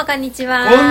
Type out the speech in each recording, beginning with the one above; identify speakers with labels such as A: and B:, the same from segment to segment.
A: こんにちは。
B: こんにち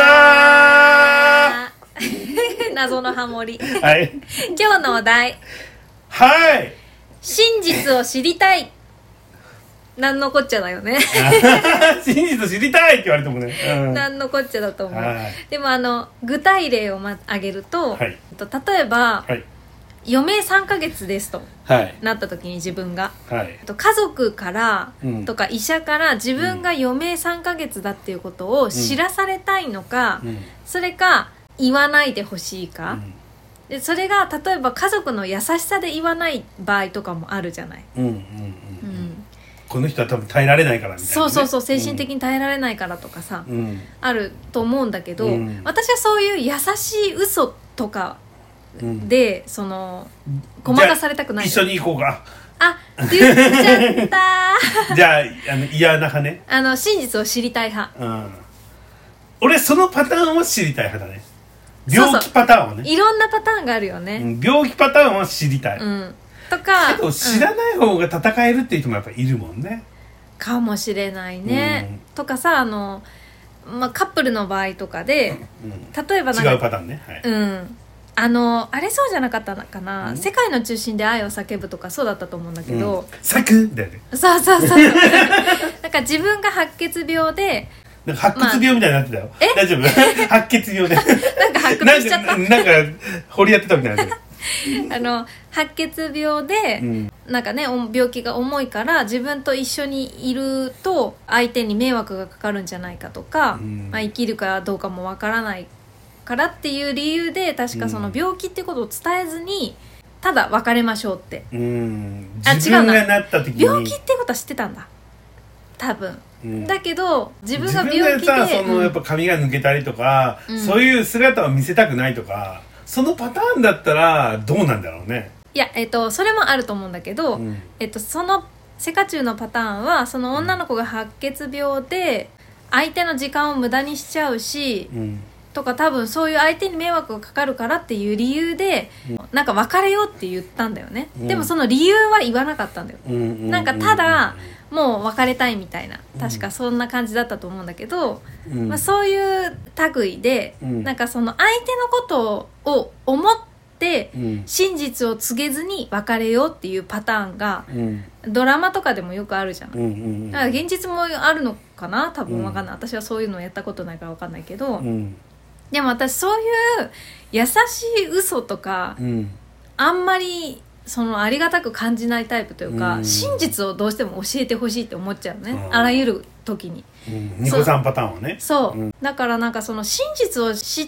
B: は。
A: 謎のハモリ。
B: はい。
A: 今日のお題。
B: はい。
A: 真実を知りたい。なんのこっちゃだよね。
B: 真実知りたいって言われてもね。
A: なんのこっちゃだと思う。
B: はい、
A: でも具体例を挙げると、
B: はい、
A: 例えば、
B: はい、
A: 余命3ヶ月ですと、
B: はい、
A: なった時に自分が、
B: はい、
A: 家族から、とか医者から自分が余命3ヶ月だっていうことを知らされたいのか、それか言わないでほしいか、でそれが例えば家族の優しさで言わない場合とかもあるじゃない。
B: この人は多分耐えられないからみたいな、ね、
A: そう精神的に耐えられないからとかさ、あると思うんだけど、私はそういう優しい嘘とかで、そのごまかされたくない。
B: 一緒に行こうか。
A: あ、言っちゃった
B: じゃあ嫌な派ね。
A: 真実を知りたい派、
B: 俺そのパターンを知りたい派だね。病気パターンをね。
A: いろんなパターンがあるよね、
B: 病気パターンを知りたい、
A: とか、
B: 知らない方が戦えるっていう人もやっぱいるもんね、
A: かもしれないね、とかさ、カップルの場合とかで、例えばなんか
B: 違うパターンね、
A: あれそうじゃなかったのかな、世界の中心で愛を叫ぶとかそうだったと思うんだけど、
B: 咲くだよね。
A: そうなんか自分が白血病で、
B: なんか白血病みたいになってたよ、大丈夫？白血病で
A: なんか白血しちゃった
B: なんか掘りやってたみたいな
A: 白血病で、なんかね病気が重いから自分と一緒にいると相手に迷惑がかかるんじゃないかとか、生きるかどうかもわからないからっていう理由で、確かその病気ってことを伝えずにただ別れましょうって、
B: 自分がなった時に
A: 病気ってことは知ってたんだ多分、だけど自分が病気で
B: さ、やっぱ髪が抜けたりとか、そういう姿を見せたくないとか、そのパターンだったらどうなんだろうね。
A: いや、それもあると思うんだけど、そのセカチュウのパターンは、その女の子が白血病で相手の時間を無駄にしちゃうし、とか多分そういう相手に迷惑がかかるからっていう理由で、なんか別れようって言ったんだよね、でもその理由は言わなかったんだよ、なんかただもう別れたいみたいな、確かそんな感じだったと思うんだけど、そういう類で、なんかその相手のことを思って真実を告げずに別れようっていうパターンが、ドラマとかでもよくあるじゃん、だから現実もあるのかな、多分分かんない、私はそういうのをやったことないから分かんないけど、でも私そういう優しい嘘とか、あんまりありがたく感じないタイプというか、真実をどうしても教えてほしいって思っちゃうね、あらゆる時に、
B: ニコさんパターンはね。
A: そう、だからなんかその真実を知って、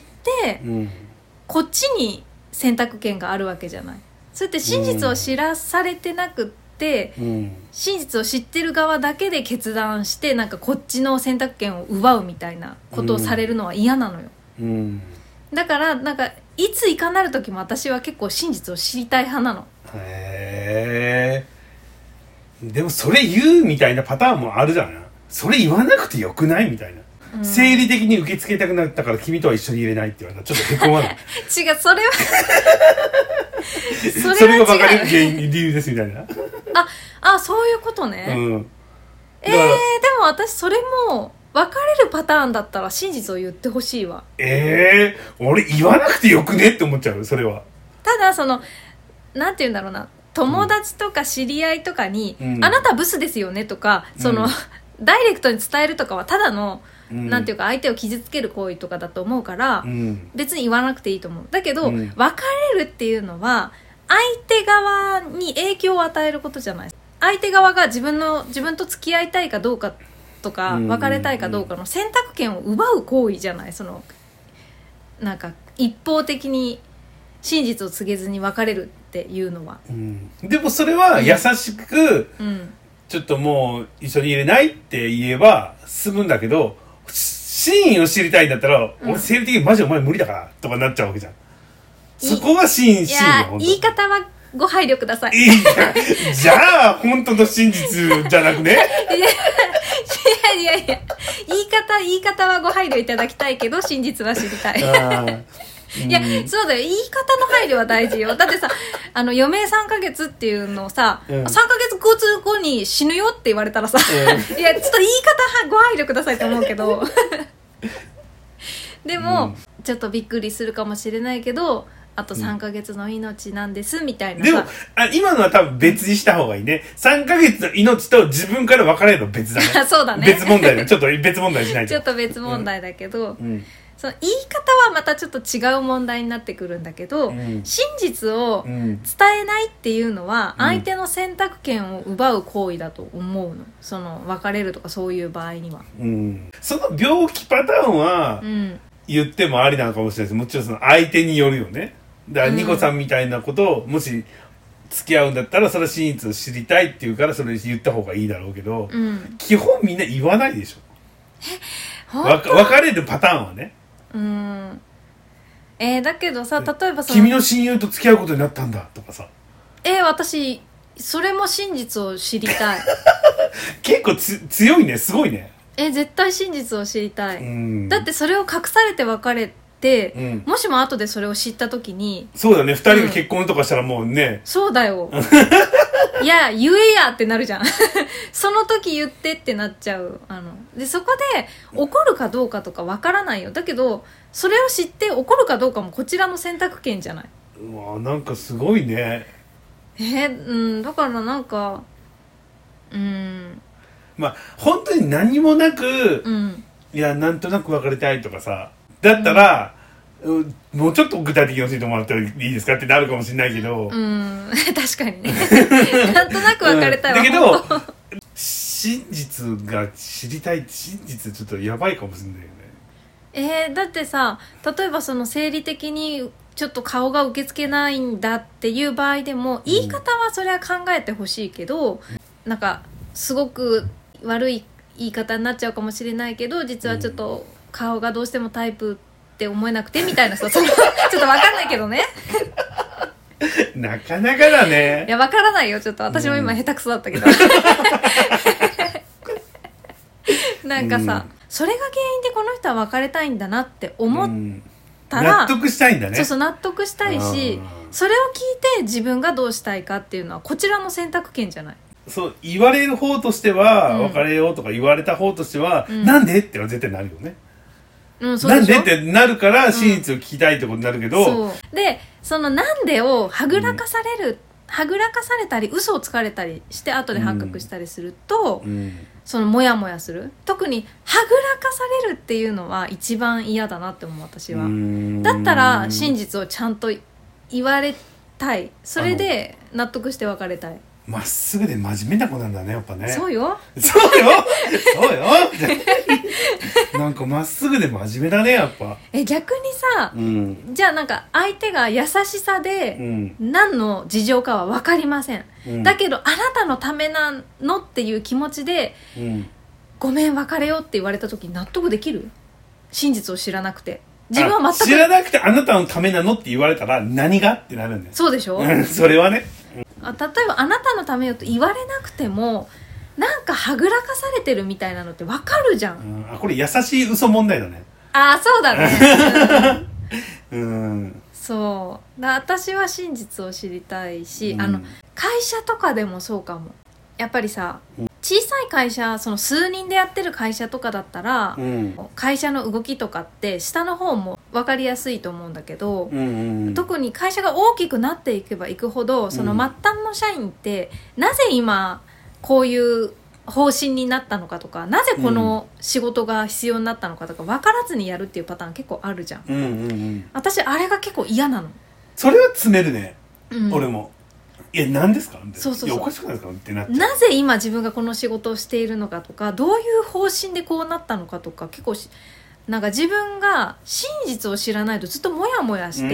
A: こっちに選択権があるわけじゃない。そうやって真実を知らされてなくって、真実を知ってる側だけで決断して、なんかこっちの選択権を奪うみたいなことをされるのは嫌なのよ、だからなんかいついかなる時も私は結構真実を知りたい派なの。
B: へえ。でもそれ言うみたいなパターンもあるじゃない。それ言わなくてよくないみたいな、生理的に受け付けたくなったから君とは一緒に入れないって言われたらちょっとへこまない。
A: 違う、それは
B: それが分かる理由ですみたいな。
A: あ、そういうことね、でも私それも別れるパターンだったら真実を言ってほしいわ。
B: 俺言わなくてよくねって思っちゃう、それは。
A: ただなんて言うんだろうな、友達とか知り合いとかに、あなたブスですよねとか、ダイレクトに伝えるとかはただの、なんていうか相手を傷つける行為とかだと思うから、別に言わなくていいと思う。だけど、別れるっていうのは相手側に影響を与えることじゃない。相手側が自分と付き合いたいかどうかとか、別れたいかどうかの選択権を奪う行為じゃない。なんか一方的に真実を告げずに別れるっていうのは、
B: でもそれは優しく、ちょっともう一緒に入れないって言えば済むんだけど、真意を知りたいんだったら、俺生理的にマジお前無理だからとかなっちゃうわけじゃん。そこが真意よ。
A: 言い方はご配慮ください。
B: じゃあ本当の真実じゃなくね。
A: いや言い方はご配慮いただきたいけど、真実は知りたい。いや、そうだよ、言い方の配慮は大事よ。だってさ、余命3ヶ月っていうのをさ、3ヶ月後に死ぬよって言われたらさ、いやちょっと言い方ご配慮くださいと思うけど。 でも、ちょっとびっくりするかもしれないけどあと3ヶ月の命なんですみたいなさ、
B: でも今のは多分別にした方がいいね。3ヶ月の命と自分から別れるの別だね。
A: そうだね。
B: 別問題だ。ちょっと別問題しないと。
A: ちょっと別問題だけど、その言い方はまたちょっと違う問題になってくるんだけど、真実を伝えないっていうのは相手の選択権を奪う行為だと思うの。その別れるとかそういう場合には。
B: その病気パターンは、言ってもありなのかもしれないです。もちろんその相手によるよね。だからニコさんみたいなことをもし付き合うんだったらそれは真実を知りたいっていうからそれ言った方がいいだろうけど、基本みんな言わないでしょ。別れるパターンはね。
A: だけどさ、例えば
B: 君の親友と付き合うことになったんだとかさ。
A: 私それも真実を知りたい。
B: 結構強いね、すごいね。
A: 絶対真実を知りたい。だってそれを隠されて別れて、もしも後でそれを知った時に、
B: そうだね、2人が結婚とかしたらもうね、
A: そうだよ。いや言えやってなるじゃん。その時言ってってなっちゃう。でそこで怒るかどうかとかわからないよ。だけどそれを知って怒るかどうかもこちらの選択権じゃない。
B: うわ、なんかすごいね。
A: だからなんか
B: まあ本当に何もなく、いやなんとなく別れたいとかさ、だったら、もうちょっと具体的に教えてもらったらいいですかってなるかもしれないけど、
A: 確かにね。なんとなく別れたいわ、
B: だけど真実が知りたいって真実ちょっとやばいかもしれないよね。
A: だってさ、例えばその生理的にちょっと顔が受け付けないんだっていう場合でも、言い方はそれは考えてほしいけど、なんかすごく悪い言い方になっちゃうかもしれないけど、実はちょっと顔がどうしてもタイプって思えなくてみたいなさ、ちょっと分かんないけどね。
B: なかなかだね。
A: いや分からないよ、ちょっと私も今下手くそだったけど。なんかさ、それが原因でこの人は別れたいんだなって思ったら、
B: 納得したいんだね。
A: そう納得したいし、それを聞いて自分がどうしたいかっていうのはこちらの選択権じゃない。
B: そう言われる方としては、別れようとか言われた方としては、なんでっては絶対なるよね。なんでってなるから真実を聞きたいってことになるけど、
A: そうでそのなんでをはぐらかされたり嘘をつかれたりして後で発覚したりすると、そのモヤモヤする、特にはぐらかされるっていうのは一番嫌だなって思う、私は。だったら真実をちゃんと言われたい。それで納得して別れたい。
B: まっすぐで真面目な子なんだね、やっぱね。
A: そうよ
B: そうよそうよなんかまっすぐで真面目だね、やっぱ。
A: 逆にさ、じゃあなんか相手が優しさで何の事情かは分かりません、だけどあなたのためなのっていう気持ちで、ごめん別れようって言われた時に納得できる？真実を知らなくて。自分は全く
B: 知らなくてあなたのためなのって言われたら何がってなるんだよ。
A: そうでしょ
B: それはね。
A: 例えばあなたのためよと言われなくてもなんかはぐらかされてるみたいなのって分かるじゃん、
B: これ優しい嘘問題だね。
A: そうだね。そうだ、私は真実を知りたいし、会社とかでもそうかも。やっぱりさ、小さい会社、その数人でやってる会社とかだったら、会社の動きとかって下の方も分かりやすいと思うんだけど、特に会社が大きくなっていけばいくほど、その末端の社員ってなぜ今こういう方針になったのかとか、なぜこの仕事が必要になったのかとか分からずにやるっていうパターン結構あるじゃん。私あれが結構嫌なの。
B: それは詰めるね、俺も。いや何ですかって、いやおかしくないですかってなっちゃう。
A: なぜ今自分がこの仕事をしているのかとか、どういう方針でこうなったのかとか、結構なんか自分が真実を知らないとずっとモヤモヤして、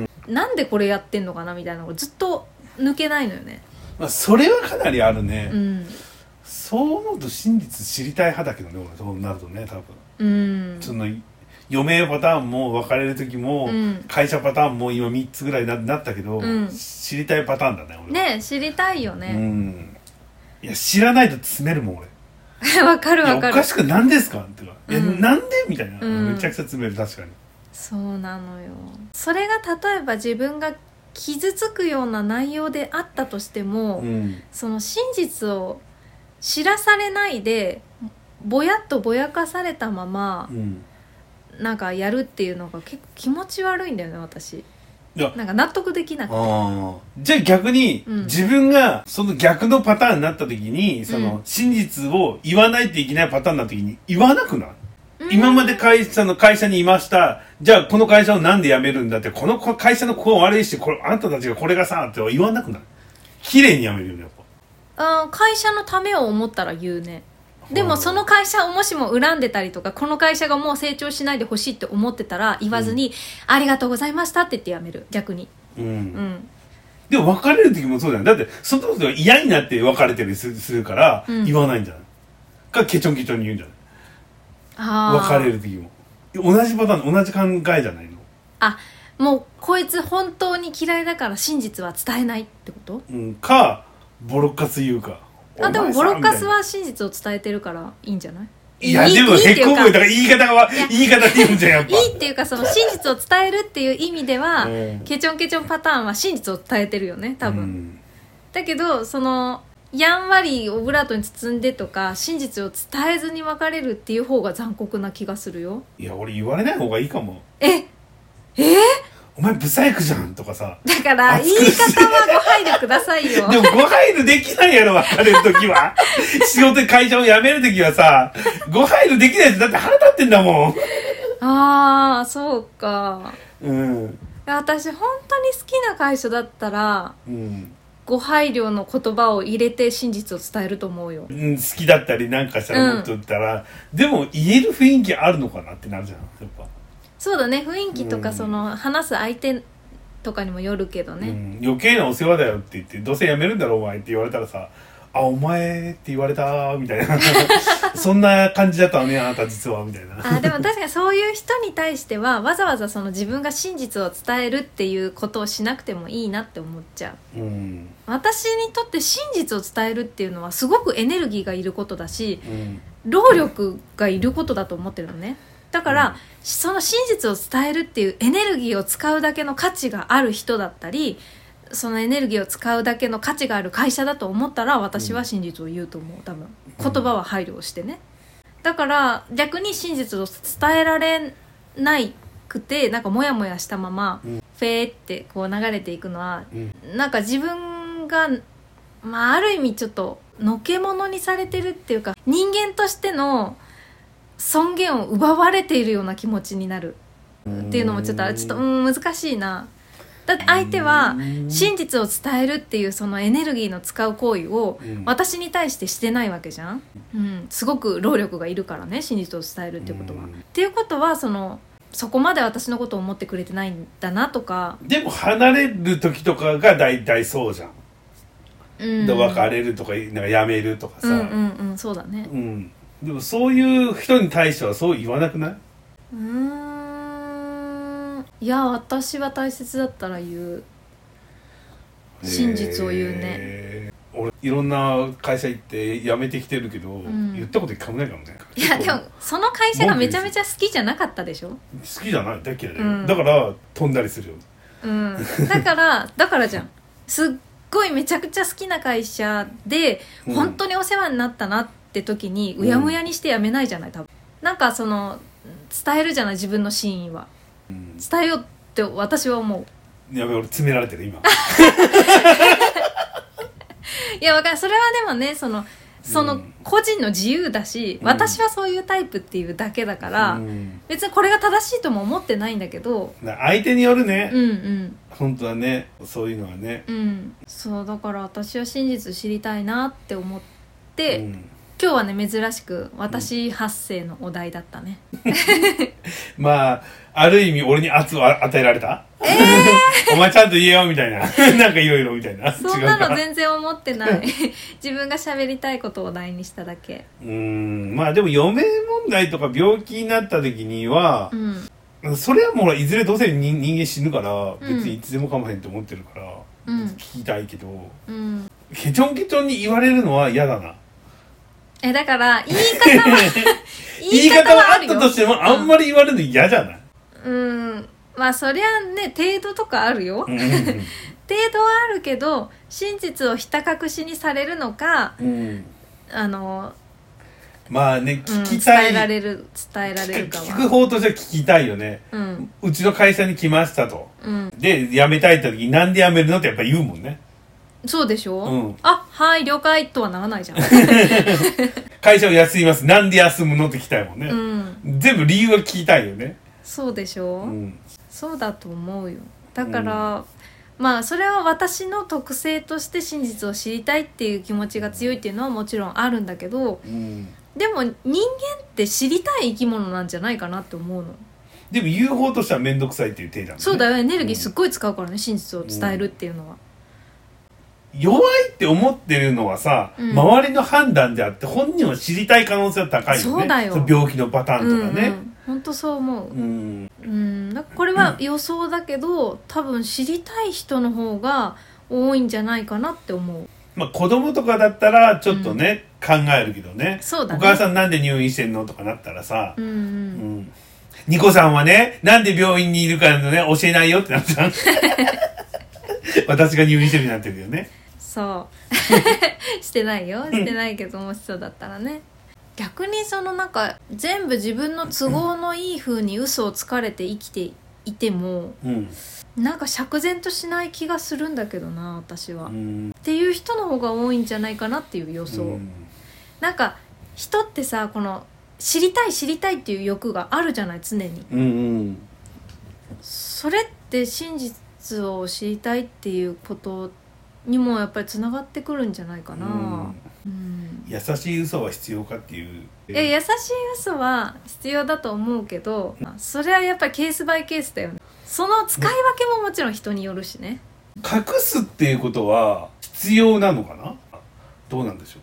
A: なんでこれやってんのかなみたいなのがずっと抜けないのよね。
B: それはかなりあるね、そう思うと真実知りたい派だけどね、俺そうなるとね、多分。その余命パターンも別れる時も、会社パターンも今3つぐらいになったけど、知りたいパターンだね、俺。
A: ね、知りたいよね。
B: いや知らないと詰めるもん俺。
A: わかるわかる。
B: おかしく何ですかってか、なんでみたいな、めちゃくちゃ詰める。確かに
A: そうなのよ。それが例えば自分が傷つくような内容であったとしても、その真実を知らされないでぼやっとぼやかされたまま、 なんかやるっていうのが結構気持ち悪いんだよね私。
B: いや
A: なんか納得できなくて。
B: じゃあ逆に、
A: うん、
B: 自分がその逆のパターンになった時にその真実を言わないといけないパターンになった時に言わなくない？今まで会社にいました。じゃあこの会社をなんで辞めるんだって、この会社のここ悪いし、これあんたたちがこれがさって言わなくない？綺麗に辞めるよねやっ
A: ぱ。会社のためを思ったら言うね。でもその会社をもしも恨んでたりとか、この会社がもう成長しないでほしいって思ってたら言わずに、ありがとうございましたって言って辞める。逆に。
B: でも別れる時もそうじゃん。だってその時は嫌になって別れてるするから言わないんじゃない？かケチョンケチョンに言うんじゃない？別れる時も同じパターン、同じ考えじゃないの？
A: もうこいつ本当に嫌いだから真実は伝えないってこと？
B: かボロッカス言うか。
A: でもボロッカスは真実を伝えてるからいいんじゃない？
B: いやでもへこむだから言い方で言うんじゃんやっぱ。
A: いいっていうかその真実を伝えるっていう意味ではケチョンケチョンパターンは真実を伝えてるよね多分。だけどそのやんわりオブラートに包んでとか真実を伝えずに別れるっていう方が残酷な気がするよ。
B: いや俺言われない方がいいかも。お前ブサイクじゃんとかさ。
A: だから言い方はご配慮くださいよ。
B: でもご配慮できないやろ別れる時は。仕事で会社を辞める時はさご配慮できないやつだって腹立ってんだもん。
A: そうか。私本当に好きな会社だったら、ご配慮の言葉を入れて真実を伝えると思うよ。
B: 好きだったりなんかしたらもっと言ったら、でも言える雰囲気あるのかなってなるじゃんやっぱ。
A: そうだね、雰囲気とかその話す相手とかにもよるけどね、
B: 余計なお世話だよって言って、どうせ辞めるんだろお前って言われたらさ、お前って言われたみたいなそんな感じだったのねあなた実はみたいな。
A: でも確かにそういう人に対してはわざわざその自分が真実を伝えるっていうことをしなくてもいいなって思っちゃう、私にとって真実を伝えるっていうのはすごくエネルギーがいることだし、労力がいることだと思ってるのね。だから、その真実を伝えるっていうエネルギーを使うだけの価値がある人だったり、そのエネルギーを使うだけの価値がある会社だと思ったら私は真実を言うと思う。多分言葉は配慮をしてね。だから逆に真実を伝えられないくてなんかモヤモヤしたままフェーってこう流れていくのは、なんか自分がある意味ちょっとのけものにされてるっていうか、人間としての尊厳を奪われているような気持ちになるっていうのもちょっと難しいな。だって相手は真実を伝えるっていうそのエネルギーの使う行為を私に対してしてないわけじゃん、すごく労力がいるからね、真実を伝えるっていうことは。っていうことはそこまで私のことを思ってくれてないんだなとか。
B: でも離れる時とかが大体そうじゃん、別れるとかなんか辞めるとかさ、
A: そうだね、
B: でもそういう人に対してはそう言わなくない？
A: いや私は大切だったら言う。真実を言うね。
B: 俺いろんな会社行って辞めてきてるけど、言ったこと一回もないからね。
A: いやでもその会社がめちゃめちゃ好きじゃなかったでしょ。
B: 好きじゃない、大嫌いだよ、だから飛んだりするよ。
A: だからじゃん。すっごいめちゃくちゃ好きな会社で、本当にお世話になったなって時にうやむやにして辞めないじゃない多分。なんかその伝えるじゃない自分の真意は、伝えようって私は思う。
B: やべ俺詰められてる今
A: いやわかる。それはでもねその個人の自由だし、私はそういうタイプっていうだけだから、別にこれが正しいとも思ってないんだけど、
B: 相手によるね。本当はね、そういうのはね、
A: そうだから私は真実知りたいなって思って、今日はね珍しく私発声のお題だったね、
B: ある意味俺に圧を与えられた、お前ちゃんと言えよみたいななんかいろいろみたいな。
A: そんなの全然思ってない自分が喋りたいことをお題にしただけ。
B: でも余命問題とか病気になった時には、それはもういずれどうせ人間死ぬから別にいつでも構わへんと思ってるから、聞きたいけど、ケチョンケチョンに言われるのは嫌だな。
A: だから言
B: い方はあったとしてもあんまり言われるの嫌じゃない？
A: そりゃね程度とかあるよ程度はあるけど、真実をひた隠しにされるのか、
B: まあね、聞きたい、
A: 伝えられるかは
B: 聞く方としては聞きたいよね、うちの会社に来ましたと、で辞めたいって時になんで辞めるのってやっぱ言うもんね。
A: そうでしょ、あ、はい了解とはならないじゃん
B: 会社を休みます、なんで休むのって聞きたいもんね、全部理由は聞きたいよね。
A: そうでしょ、そうだと思うよ。だから、まあそれは私の特性として真実を知りたいっていう気持ちが強いっていうのはもちろんあるんだけど、でも人間って知りたい生き物なんじゃないかなって思うの。
B: でも言う方としては面倒くさいっていう体だもんね。
A: そうだよ、エネルギーすっごい使うからね、真実を伝えるっていうのは。
B: 弱いって思ってるのはさ、周りの判断であって本人は知りたい可能性は高いよね。
A: そうだよ。
B: その病気のパターンとかね。
A: 本当そう思う。なんかこれは予想だけど、多分知りたい人の方が多いんじゃないかなって思う。
B: まあ子供とかだったらちょっとね、考えるけどね。
A: そうだね。
B: お母さんなんで入院してんのとかなったらさ、ニコさんはね、なんで病院にいるかのね、教えないよってなっちゃう。私が入院してるようになってるよね。
A: そうしてないよ、してないけどもしそうだったらね。逆にそのなんか全部自分の都合のいい風に嘘をつかれて生きていても、なんか釈然としない気がするんだけどな私は、っていう人の方が多いんじゃないかなっていう予想、なんか人ってさ、この知りたいっていう欲があるじゃない、常に、それって真実を知りたいっていうことにもやっぱりつながってくるんじゃないかな。
B: 優しい嘘は必要かっていう。
A: 優しい嘘は必要だと思うけど、それはやっぱりケースバイケースだよね。その使い分けももちろん人によるしね。
B: 隠すっていうことは必要なのかな、どうなんでしょう。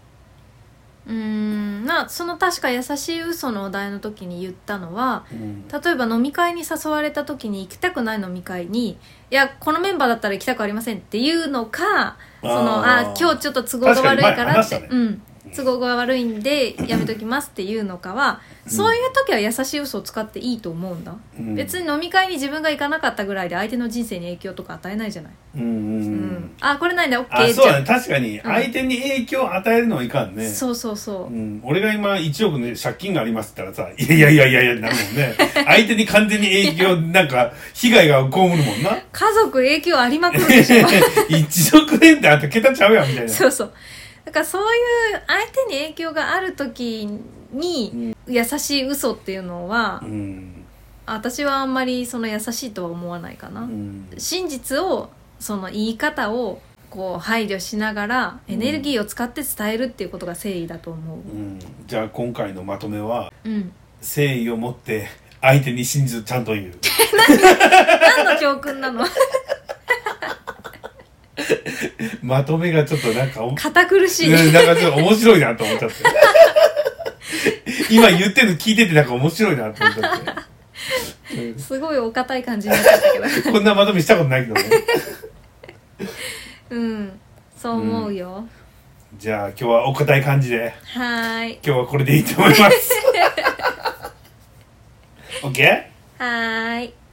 A: その確か優しい嘘のお題の時に言ったのは、例えば飲み会に誘われた時に行きたくない飲み会に、いやこのメンバーだったら行きたくありませんっていうのか、今日ちょっと都合が悪いからって、都合が悪いんでやめときますっていうのかは、そういう時は優しい嘘を使っていいと思うんだ、別に飲み会に自分が行かなかったぐらいで相手の人生に影響とか与えないじゃない。あ、これないんだ OK
B: そうだね、確かに相手に影響を与えるのはいかんね。
A: そうそうそう、
B: 俺が今1億の借金がありますって言ったらさ、いやなるもんね。相手に完全に影響なんか被害が被るもんな。
A: 家族影響ありまくるでしょ
B: 1億円ってあんた桁ちゃうやんみたいな。
A: そうそう、だからそういう相手に影響がある時に優しい嘘っていうのは、私はあんまりその優しいとは思わないかな、真実を、その言い方をこう配慮しながらエネルギーを使って伝えるっていうことが誠意だと思う、
B: じゃあ今回のまとめは、誠意を持って相手に真実をちゃんと言う
A: 何の教訓なの
B: まとめがちょっとなんか
A: 堅苦しい、
B: なんかちょっと面白いなと思っちゃって今言ってるの聞いててなんか面白いなと思っちゃって
A: すごいお堅い感じになっちゃったけど
B: こんなまとめしたことないけどね
A: そう思うよ、
B: じゃあ今日はお堅い感じで、
A: はい、
B: 今日はこれでいいと思いますOK？
A: はい。